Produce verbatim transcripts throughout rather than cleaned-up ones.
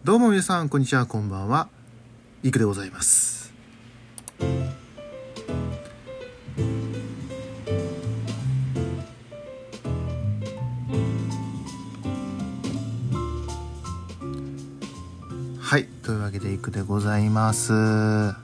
どうも皆さんこんにちは、こんばんは、いくでございます。はい、というわけでいくでございます。はい、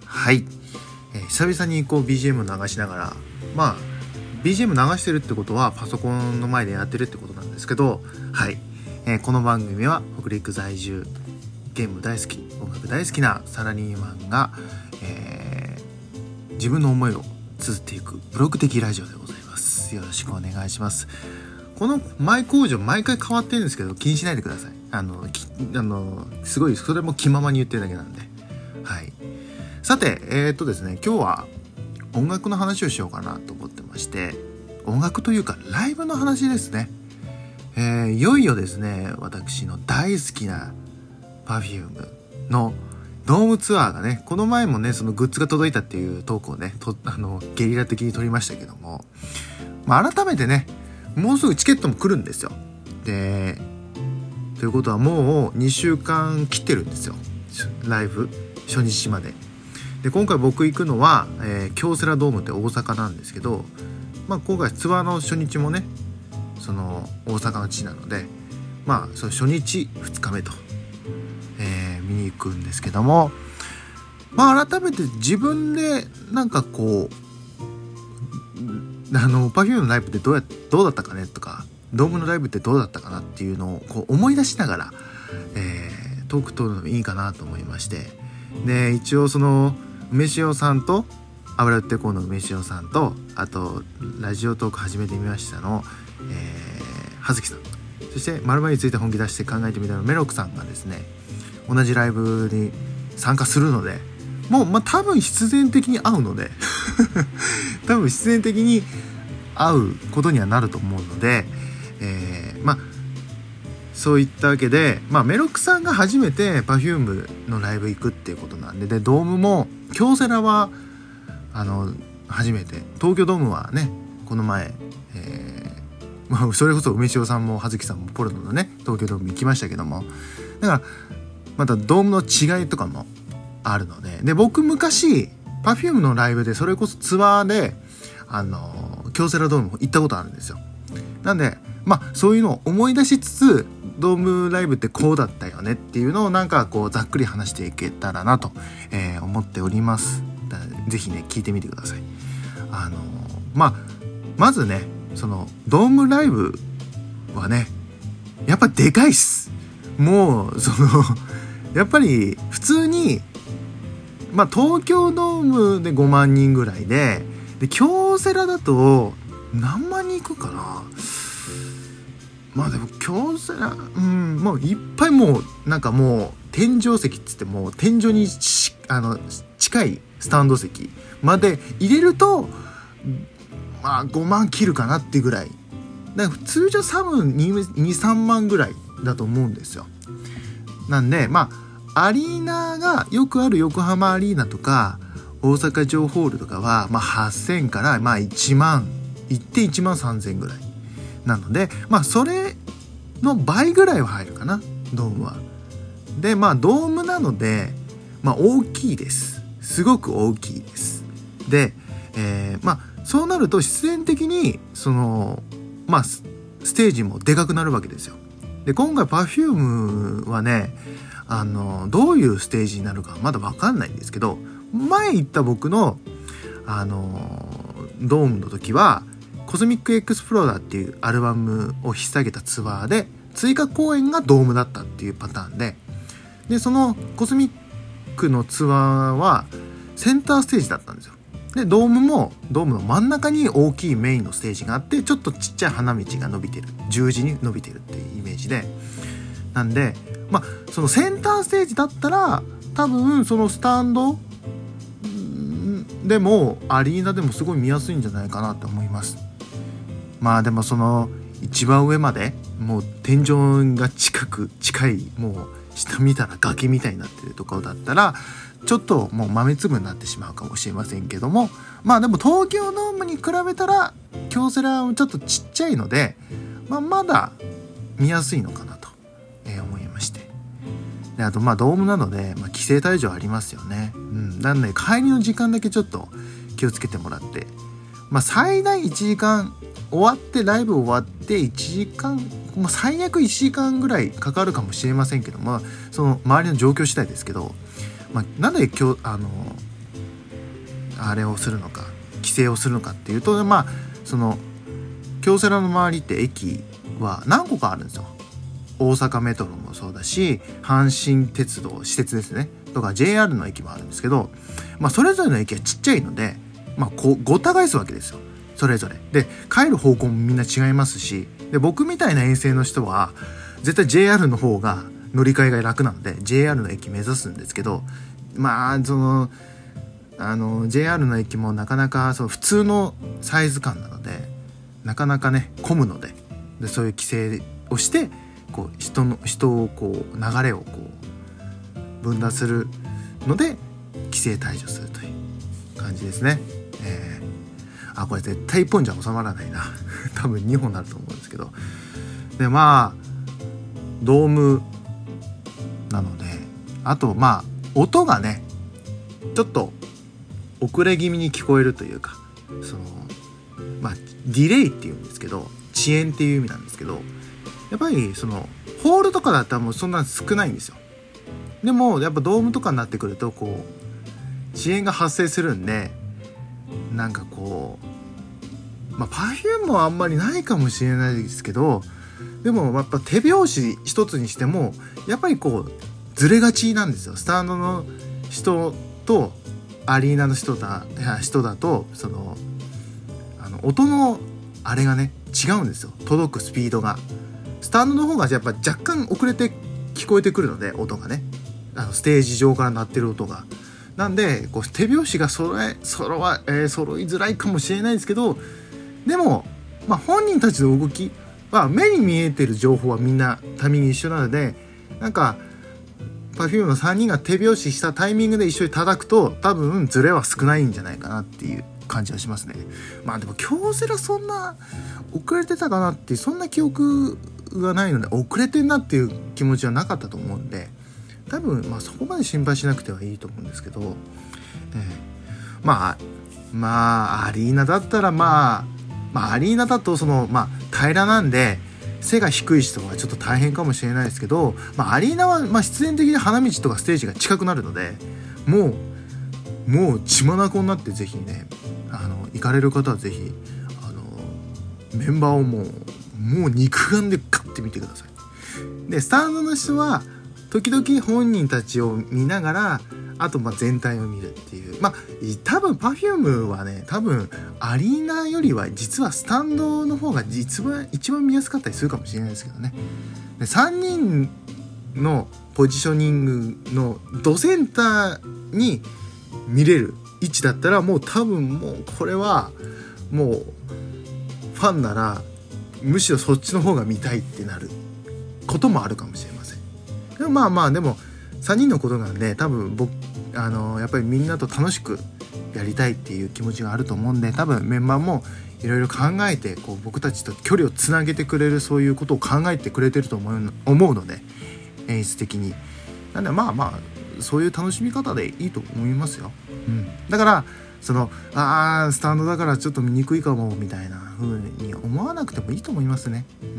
えー、久々にこう ビージーエム を流しながら、まあ ビージーエム 流してるってことはパソコンの前でやってるってことなんですけど、はい、えー、この番組は北陸在住、ゲーム大好き、音楽大好きなサラリーマンが、えー、自分の思いを綴っていくブログ的ラジオでございます。よろしくお願いします。このマイ工場毎回変わってるんですけど、気にしないでください。あのあのすごいそれも気ままに言ってるだけなんで。はい。さて、えー、っとですね今日は音楽の話をしようかなと思ってまして、音楽というかライブの話ですね。えー、いよいよですね、私の大好きなPerfume のドームツアーがね、この前もねそのグッズが届いたっていうトークをねとあのゲリラ的に撮りましたけども、まあ、改めてねもうすぐチケットも来るんですよ。でということはもうにしゅうかん切ってるんですよ、ライブ初日まで。で今回僕行くのは、えー、京セラドームって大阪なんですけど、まあ、今回ツアーの初日もねその大阪の地なので、まあその初日ふつかめとえー、見に行くんですけども、まあ改めて自分でなんかこうあの Perfume のライブってどうやどうだったかねとか、ドームのライブってどうだったかなっていうのをこう思い出しながら、えー、トーク取るのもいいかなと思いまして、で一応その梅塩さんと油売ってこうの梅塩さんと、あとラジオトーク始めてみましたの、えー、葉月さん、そして〇〇について本気出して考えてみたのメロクさんがですね同じライブに参加するので、もう、まあ、多分必然的に会うので多分必然的に会うことにはなると思うので、えー、まあそういったわけで、まあ、メロクさんが初めて Perfume のライブ行くっていうことなんで、でドームも京セラはあの初めて、東京ドームはねこの前、えーまあ、それこそ梅塩さんも葉月さんもポルノのね東京ドーム行きましたけども、だからまたドームの違いとかもあるので、で僕昔 Perfume のライブでそれこそツアーであの京セラドーム行ったことあるんですよ。なんでまあそういうのを思い出しつつ、ドームライブってこうだったよねっていうのをなんかこうざっくり話していけたらなと、えー、思っております。だぜひね聞いてみてください。あのまあまずねそのドームライブはねやっぱでかいっす。もうそのやっぱり普通にまあ東京ドームでごまんにんぐらいで、で京セラだと何万人いくかな。まあでも京セラうんもういっぱい、もうなんかもう天井席っつっても天井にあの近いスタンド席まで入れるとまあごまん切るかなっていうぐらいだから、通常多分に、さんまんぐらいだと思うんですよ。なんでまあアリーナがよくある横浜アリーナとか大阪城ホールとかは、まあ、はっせんからまあいちまんいっていちまんさんぜんぐらいなので、まあそれの倍ぐらいは入るかなドームは。でまあドームなのでまあ大きいです。すごく大きいです。で、えー、まあそうなると必然的にそのまあステージもでかくなるわけですよ。で今回 Perfume はねあのどういうステージになるかまだ分かんないんですけど、前行った僕のあのドームの時はコスミックエクスプローラーっていうアルバムを引っ提げたツアーで追加公演がドームだったっていうパターンで、でそのコスミックのツアーはセンターステージだったんですよ。でドームもドームの真ん中に大きいメインのステージがあって、ちょっとちっちゃい花道が伸びてる、十字に伸びてるっていうイメージで、なんでまあそのセンターステージだったら多分そのスタンドでもアリーナでもすごい見やすいんじゃないかなと思います。まあでもその一番上までもう天井が近く近い、もう下見たら崖みたいになってるところだったらちょっともう豆粒になってしまうかもしれませんけども、まあでも東京ドームに比べたら京セラはちょっとちっちゃいので、まあ、まだ見やすいのかなと、えー、思いまして、 であとまあドームなので、まあ、規制退場ありますよね。うん、なんで帰りの時間だけちょっと気をつけてもらって、まあ最大いちじかん終わってライブ終わっていちじかん、まあ、最悪いちじかんぐらいかかるかもしれませんけど、まあその周りの状況次第ですけど、まあ、なんで今日あのあれをするのか規制をするのかっていうと、まあその京セラの周りって駅は何個かあるんですよ。大阪メトロもそうだし、阪神鉄道私鉄ですねとか ジェイアール の駅もあるんですけど、まあそれぞれの駅はちっちゃいので、まあこうごった返すわけですよ、それぞれで。帰る方向もみんな違いますし、で僕みたいな遠征の人は絶対 ジェイアール の方が乗り換えが楽なので ジェイアール の駅目指すんですけど、まあそのあの ジェイアール の駅もなかなかその普通のサイズ感なのでなかなかね混むので、でそういう規制をしてこう人の人をこう流れをこう分断するので規制退場するという感じですね。えー、あこれ絶対いっぽんじゃ収まらないな多分にほんになると思うんですけど、でまあドームなので、あとまあ音がねちょっと遅れ気味に聞こえるというか、そのまあディレイっていうんですけど遅延っていう意味なんですけど、やっぱりそのホールとかだったらもうそんな少ないんですよ。でもやっぱドームとかになってくるとこう遅延が発生するんで、なんかこうまあ Perfume もあんまりないかもしれないですけど、でもやっぱ手拍子一つにしてもやっぱりこうずれがちなんですよ。スタンドの人とアリーナの人だ人だとそのあの音のあれがね違うんですよ、届くスピードが。スタンドの方がやっぱ若干遅れて聞こえてくるので、音がねあのステージ上から鳴ってる音がなんでこう手拍子が揃え揃わ、えー、揃いづらいかもしれないですけど、でも、まあ、本人たちの動きは目に見えてる情報はみんなタイミング一緒なので、なんか Perfume のさんにんが手拍子したタイミングで一緒に叩くと多分ズレは少ないんじゃないかなっていう感じはしますね。まあでも京セラそんな遅れてたかなってそんな記憶がないので、遅れてんなっていう気持ちはなかったと思うんで、多分まあそこまで心配しなくてはいいと思うんですけど、えー、まあまあアリーナだったらまあまあアリーナだとそのまあ平らなんで背が低い人はちょっと大変かもしれないですけど、まあアリーナはまあ必然的に花道とかステージが近くなるので、もうもう血眼になってぜひねあの行かれる方はぜひあのメンバーをもうもう肉眼でガッて見てください。でスタンドの人は時々本人たちを見ながらあとまあ全体を見るっていう、まあ多分 Perfume はね多分アリーナよりは実はスタンドの方が実は一番見やすかったりするかもしれないですけどね。でさんにんのポジショニングのドセンターに見れる位置だったらもう多分もうこれはもうファンならむしろそっちの方が見たいってなることもあるかもしれません。でもまあまあでもさんにんのことなんで多分僕あのやっぱりみんなと楽しくやりたいっていう気持ちがあると思うんで、多分メンバーもいろいろ考えてこう僕たちと距離をつなげてくれるそういうことを考えてくれてると思う、思うので演出的になんでまあまあそういう楽しみ方でいいと思いますよ。うん、だからそのあースタンドだからちょっと見にくいかもみたいな風に思わなくてもいいと思いますね。うん、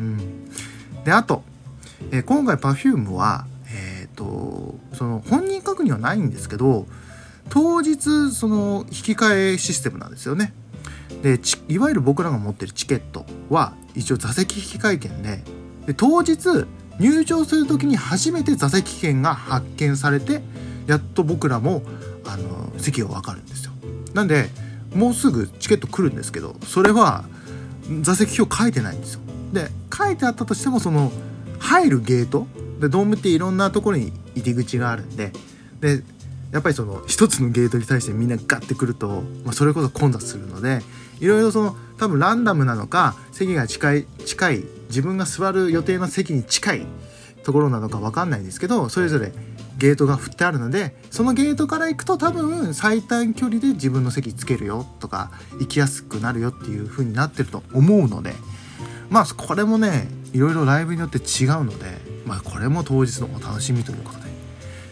であと、えー、今回 Perfume はえっとその本人確認はないんですけど当日その引き換えシステムなんですよね。でいわゆる僕らが持ってるチケットは一応座席引き換え券で、で当日入場する時に初めて座席券が発見されてやっと僕らもあの席が分かるんですよ。なんでもうすぐチケット来るんですけど、それは座席表書いてないんですよ。で書いてあったとしてもその入るゲートでドームっていろんなところに入り口があるんで、でやっぱりその一つのゲートに対してみんなガッてくると、まあ、それこそ混雑するのでいろいろその多分ランダムなのか席が近い近い自分が座る予定の席に近いところなのか分かんないんですけど、それぞれゲートが振ってあるのでそのゲートから行くと多分最短距離で自分の席つけるよとか行きやすくなるよっていう風になってると思うので、まあこれもねいろいろライブによって違うので、まあこれも当日のお楽しみということで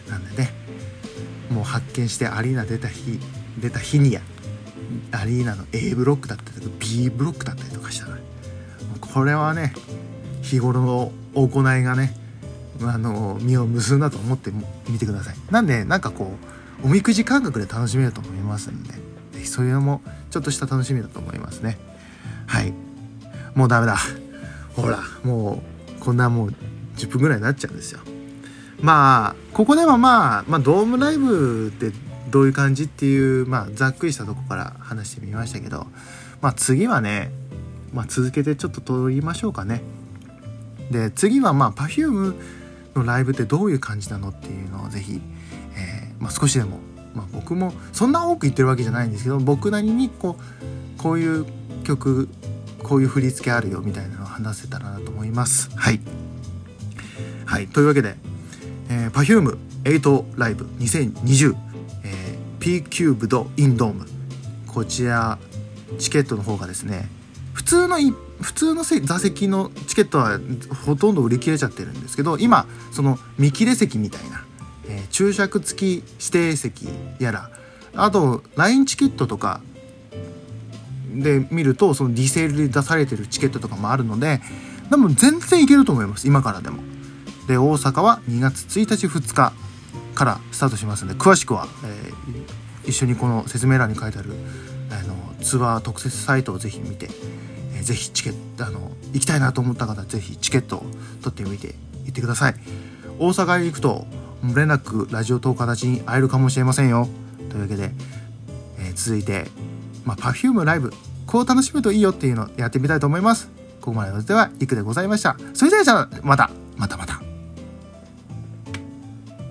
なんでね、もう発見してアリーナ出た日出た日にやアリーナの A ブロックだったりとか B ブロックだったりとかしたら、これはね日頃の行いがねあの実を結んだと思ってみてください。なんでなんかこうおみくじ感覚で楽しめると思いますんで、ぜひそういうのもちょっとした楽しみだと思いますね。はい、もうダメだ、ほらもうこんなもうじゅっぷんぐらいになっちゃうんですよ。まあここではまあ、まあ、ドームライブってどういう感じっていう、まあ、ざっくりしたとこから話してみましたけど、まあ、次はね、まあ、続けてちょっと撮りましょうかね。で次はまあ Perfume のライブってどういう感じなのっていうのをぜひ、えーまあ、少しでも、まあ、僕もそんな多く言ってるわけじゃないんですけど、僕なりにこうこういう曲こういう振り付けあるよみたいなのを話せたらなと思います。はい、はい、というわけで、えー、Perfume エイトライブにせんにじゅう、えー、P キューブドインドーム、こちらチケットの方がですね、普通の普通の座席のチケットはほとんど売り切れちゃってるんですけど、今その見切れ席みたいな、えー、注釈付き指定席やら、あと ライン チケットとかで見るとそのディセールで出されてるチケットとかもあるので、でも全然いけると思います、今からでも。で大阪はにがつついたちふつかからスタートしますので、詳しくは、えー、一緒にこの説明欄に書いてあるあのツアー特設サイトをぜひ見て、えー、ぜひチケットあの行きたいなと思った方はぜひチケットを取ってみて行ってください。大阪に行くと連絡ラジオトーク形に会えるかもしれませんよ。というわけで、えー、続いて、まあ、Perfume ライブこう楽しむといいよっていうのをやってみたいと思います。ここまでのではリクでございました。それではじゃあまたまたまた。